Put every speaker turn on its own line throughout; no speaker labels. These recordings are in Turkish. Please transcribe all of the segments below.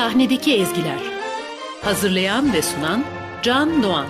Sahnedeki ezgiler. Hazırlayan ve sunan Can Doğan.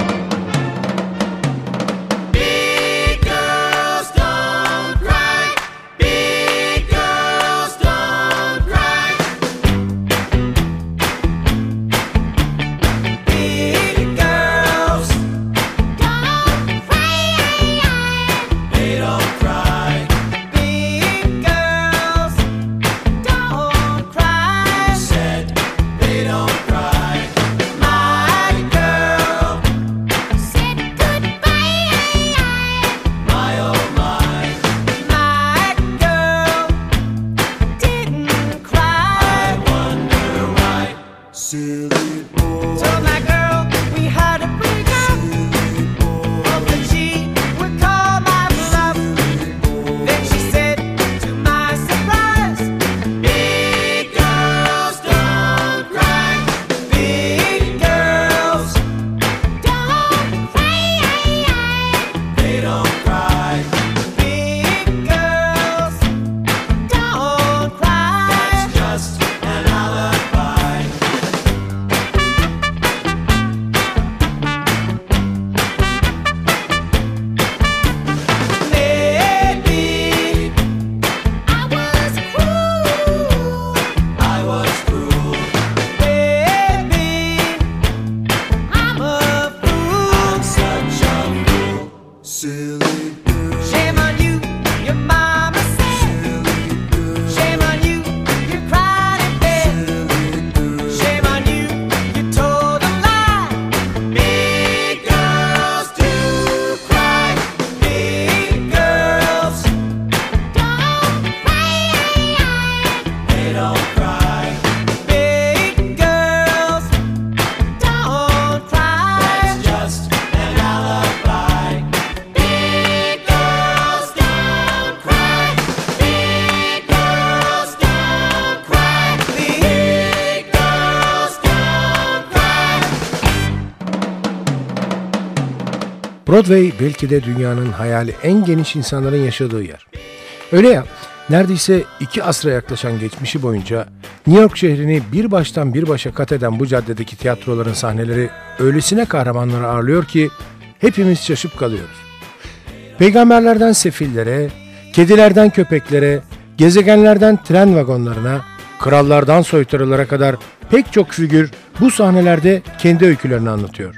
Broadway belki de dünyanın hayali en geniş insanların yaşadığı yer. Öyle ya, neredeyse 2 asra yaklaşan geçmişi boyunca New York şehrini bir baştan bir başa kat eden bu caddedeki tiyatroların sahneleri öylesine kahramanları ağırlıyor ki hepimiz şaşıp kalıyoruz. Peygamberlerden sefillere, kedilerden köpeklere, gezegenlerden tren vagonlarına, krallardan soytarılara kadar pek çok figür bu sahnelerde kendi öykülerini anlatıyor.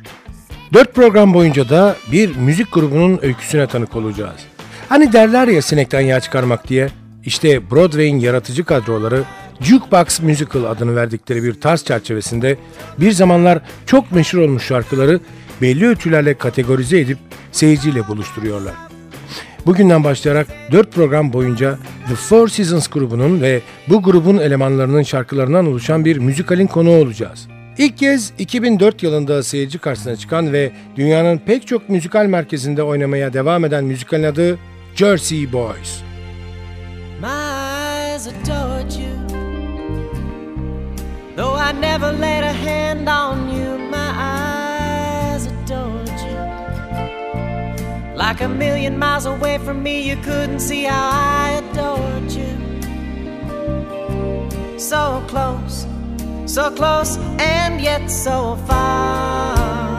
4 program boyunca da bir müzik grubunun öyküsüne tanık olacağız. Hani derler ya sinekten yağ çıkarmak diye, işte Broadway'in yaratıcı kadroları Jukebox Musical adını verdikleri bir tarz çerçevesinde bir zamanlar çok meşhur olmuş şarkıları belli ölçülerle kategorize edip seyirciyle buluşturuyorlar. Bugünden başlayarak 4 program boyunca The Four Seasons grubunun ve bu grubun elemanlarının şarkılarından oluşan bir müzikalin konuğu olacağız. İlk kez 2004 yılında seyirci karşısına çıkan ve dünyanın pek çok müzikal merkezinde oynamaya devam eden müzikalin adı Jersey Boys.
My eyes adored you, though I never laid a hand on you. My eyes adored you, like a million miles away from me. You couldn't see how I adored you. So close, so close and yet so far.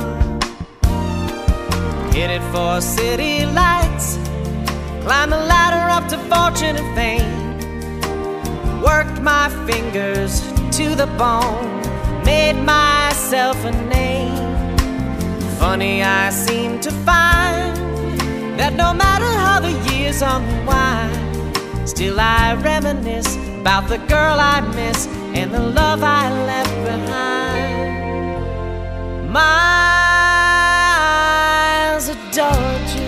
Headed for city lights, climbed the ladder up to fortune and fame. Worked my fingers to the bone, made myself a name. Funny, I seem to find that no matter how the years unwind, still I reminisce about the girl I miss and the love I left behind. My eyes adored you,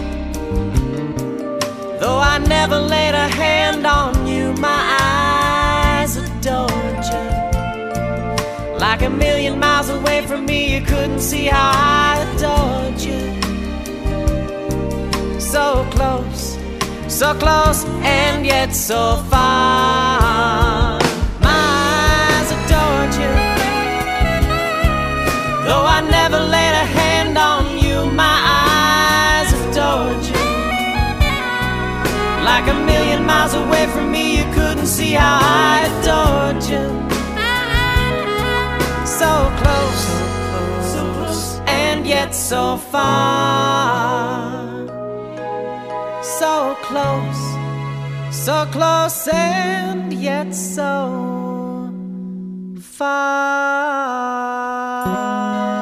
though I never laid a hand on you. My eyes adored you, like a million miles away from me. You couldn't see how I adored you. So close, so close and yet so far. Though I never laid a hand on you, my eyes adored you. Like a million miles away from me, you couldn't see how I adored you. So close, and yet so far. So close, and yet so far.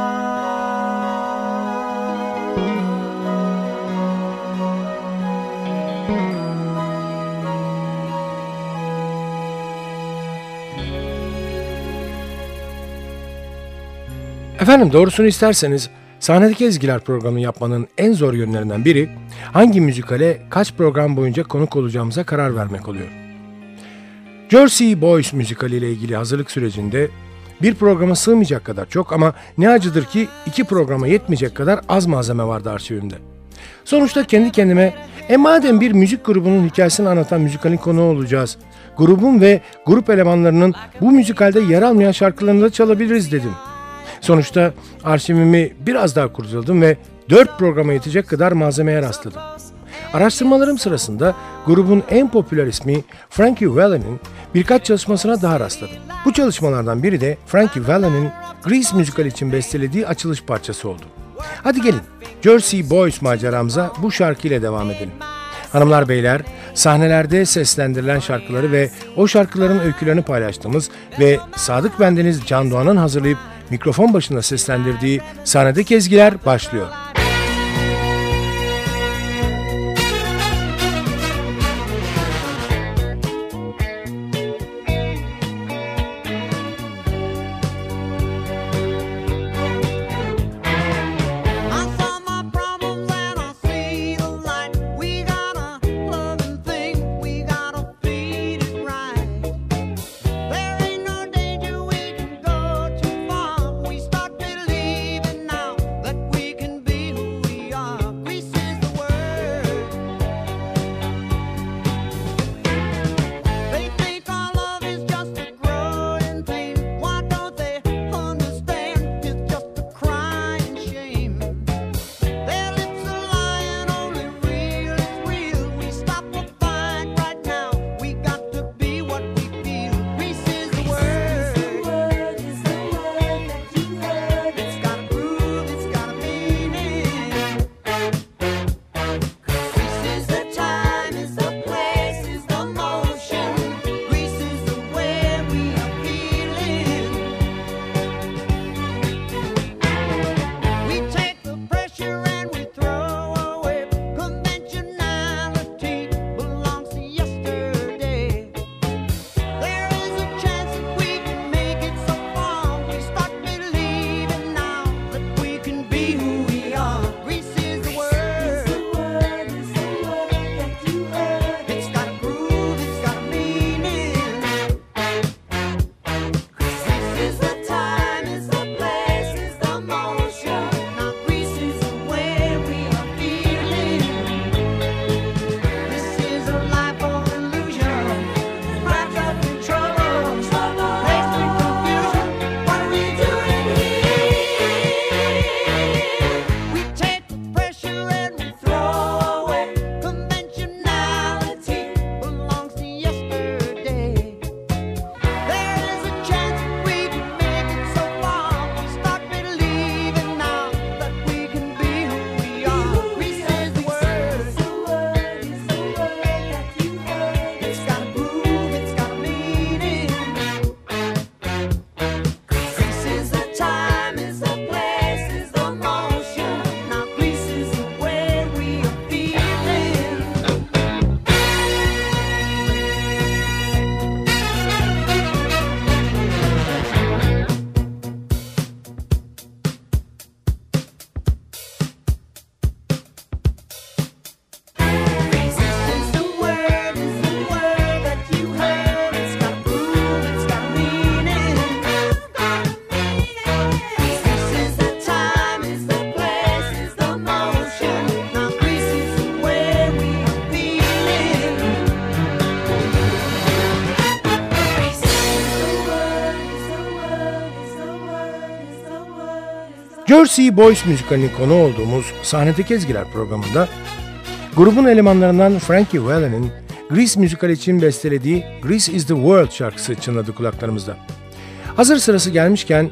Efendim, doğrusunu isterseniz Sahnedeki Ezgiler programını yapmanın en zor yönlerinden biri hangi müzikale kaç program boyunca konuk olacağımıza karar vermek oluyor. Jersey Boys müzikali ile ilgili hazırlık sürecinde bir programa sığmayacak kadar çok ama ne acıdır ki 2 programa yetmeyecek kadar az malzeme vardı arşivimde. Sonuçta kendi kendime madem bir müzik grubunun hikayesini anlatan müzikalin konuğu olacağız, grubun ve grup elemanlarının bu müzikalde yer almayan şarkılarını da çalabiliriz dedim. Sonuçta arşivimi biraz daha kurcaladım ve 4 programa yetecek kadar malzemeye rastladım. Araştırmalarım sırasında grubun en popüler ismi Frankie Valli'nin birkaç çalışmasına daha rastladım. Bu çalışmalardan biri de Frankie Valli'nin Grease müzikali için bestelediği açılış parçası oldu. Hadi gelin Jersey Boys maceramıza bu şarkıyla devam edelim. Hanımlar beyler, sahnelerde seslendirilen şarkıları ve o şarkıların öykülerini paylaştığımız ve Sadık bendeniz Can Doğan'ın hazırlayıp mikrofon başında seslendirdiği Sahnedeki Ezgiler başlıyor. Jersey Boys müzikalinin konu olduğumuz Sahnedeki Ezgiler programında grubun elemanlarından Frankie Valli'nin Grease müzikali için bestelediği Grease is the World şarkısı çınladı kulaklarımızda. Hazır sırası gelmişken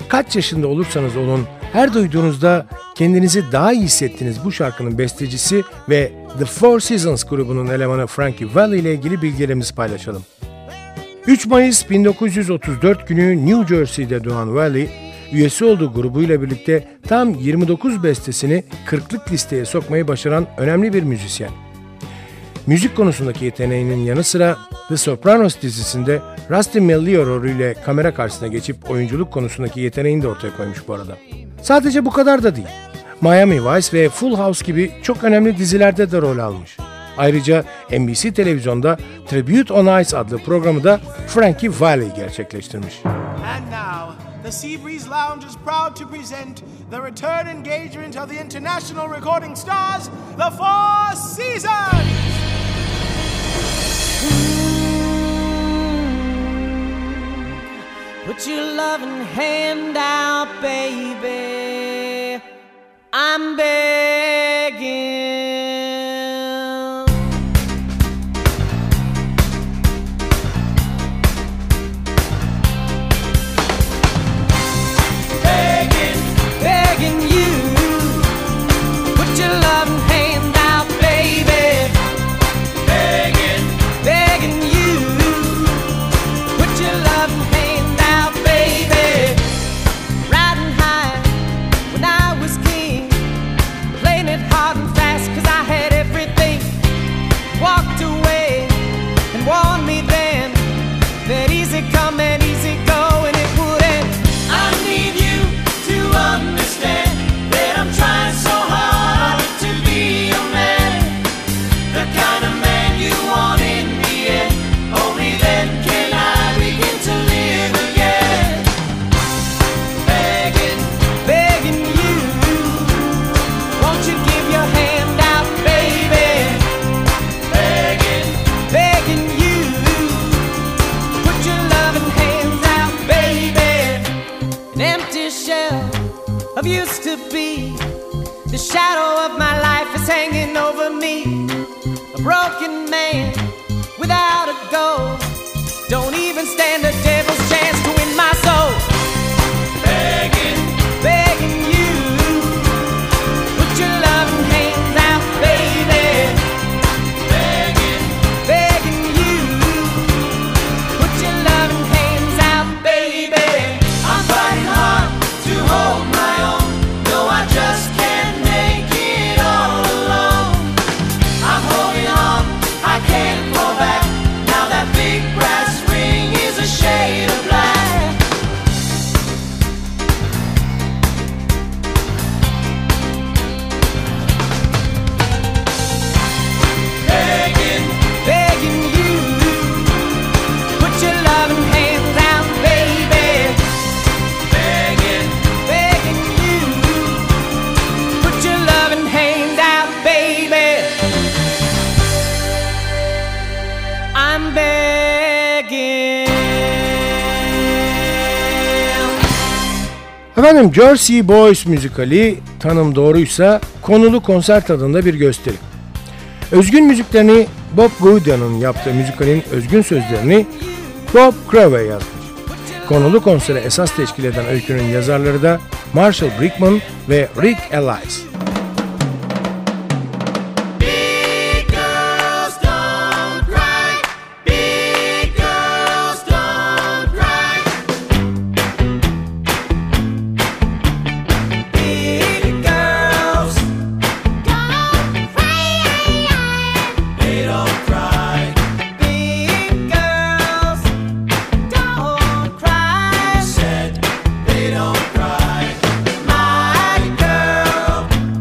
Kaç yaşında olursanız olun, her duyduğunuzda kendinizi daha iyi hissettiğiniz bu şarkının bestecisi ve The Four Seasons grubunun elemanı Frankie Valli ile ilgili bilgilerimizi paylaşalım. 3 Mayıs 1934 günü New Jersey'de doğan Valli, üyesi olduğu grubuyla birlikte tam 29 bestesini 40'lık listeye sokmayı başaran önemli bir müzisyen. Müzik konusundaki yeteneğinin yanı sıra The Sopranos dizisinde Rusty Mellio rolüyle kamera karşısına geçip oyunculuk konusundaki yeteneğini de ortaya koymuş bu arada. Sadece bu kadar da değil. Miami Vice ve Full House gibi çok önemli dizilerde de rol almış. Ayrıca NBC televizyonda Tribute on Ice adlı programı da Frankie Valli gerçekleştirmiş.
And now, the Seabreeze Lounge is proud to present the return engagement of the international recording stars, the Four Seasons!
Put your loving hand out, baby. I'm begging. Begging you. Put your loving hand out, baby. Begging you. Put your loving hand out, baby. Riding high when I was king, playing it hard and fast 'cause I had everything. Walked away and warned me then that easy come and easy go, and it would end. I need you to understand that I'm trying so hard to be your man, the kind of man you want in the end. Only then can I begin to live again. Begging you, won't you give your hand out, baby? Begging you, put your loving hands out, baby. An empty shell of used to be, the shadow of my life is hanging over me. A broken man without a goal, don't even stand a devil's chance to win my soul. Begging you, put your loving hands out, baby. Begging you, put your loving hands out, baby. I'm fighting hard to hold my own, though I just can't make it all alone. I'm holding on, I can't fall back. Now that big brass ring is a shade of black. Begging you, put your loving hands out, baby. Begging you, put your loving hands out, baby. I'm begging.
Efendim, Jersey Boys müzikali, tanım doğruysa konulu konser tadında bir gösteri. Özgün müziklerini Bob Guidon'un yaptığı müzikalin özgün sözlerini Bob Crowey yazmış. Konulu konsere esas teşkil eden öykünün yazarları da Marshall Brickman ve Rick Elias.
Big girls don't cry. Big girls don't cry. Big girls don't cry. They don't cry. Big girls don't cry. Said they don't cry. My girl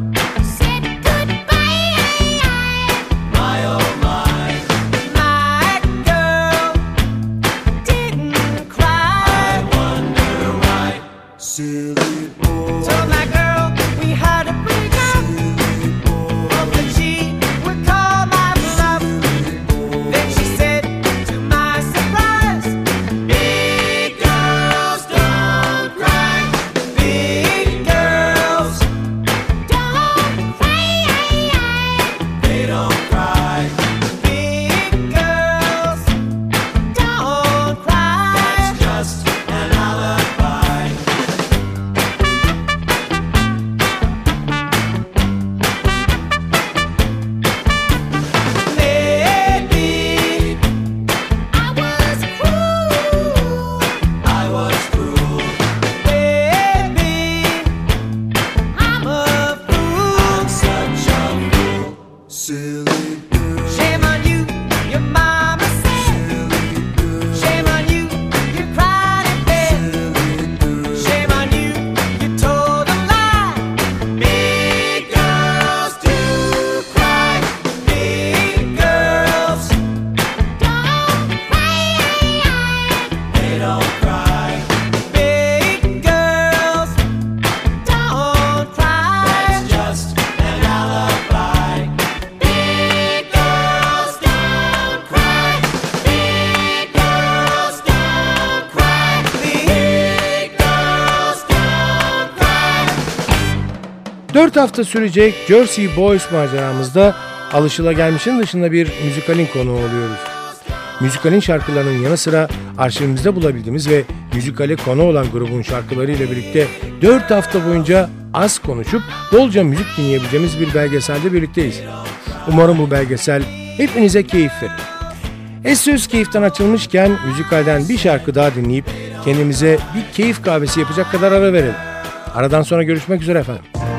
Silly girl.
Shame on you, your mama said. Shame on you, you cried in bed. Shame on you, you told a lie. Big girls do cry. Big girls don't cry. They don't cry. Big girls don't cry. That's just an alibi. Big girls don't cry. Big girls don't cry. Big girls don't cry.
4 hafta sürecek Jersey Boys maceramızda alışılagelmişin dışında bir müzikalin konuğu oluyoruz. Müzikalin şarkılarının yanı sıra arşivimizde bulabildiğimiz ve müzikale konu olan grubun şarkılarıyla birlikte 4 hafta boyunca az konuşup bolca müzik dinleyebileceğimiz bir belgeselde birlikteyiz. Umarım bu belgesel hepinize keyif verir. Söz keyiften açılmışken müzikalden bir şarkı daha dinleyip kendimize bir keyif kahvesi yapacak kadar ara verelim. Aradan sonra görüşmek üzere efendim.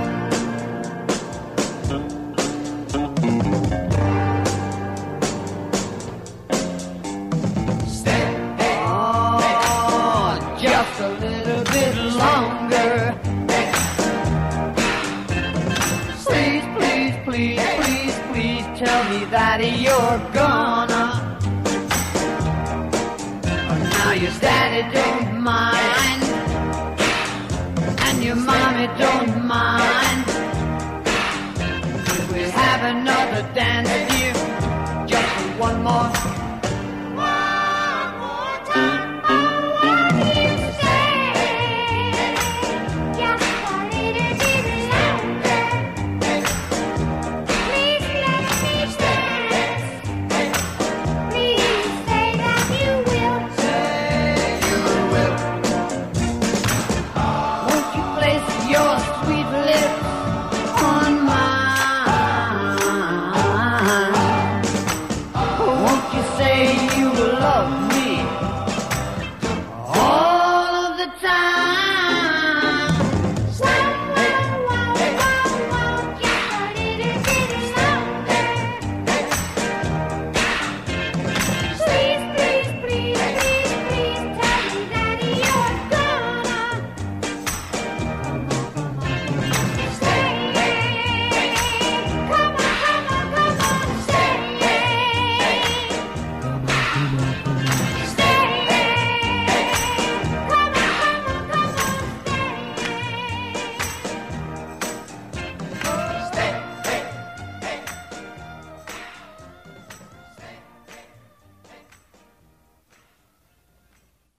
Just a little bit longer. Please, please, please, please, please tell me that you're gonna. Now your daddy don't mind, and your mommy don't mind. Could we have another dance with you, just for one more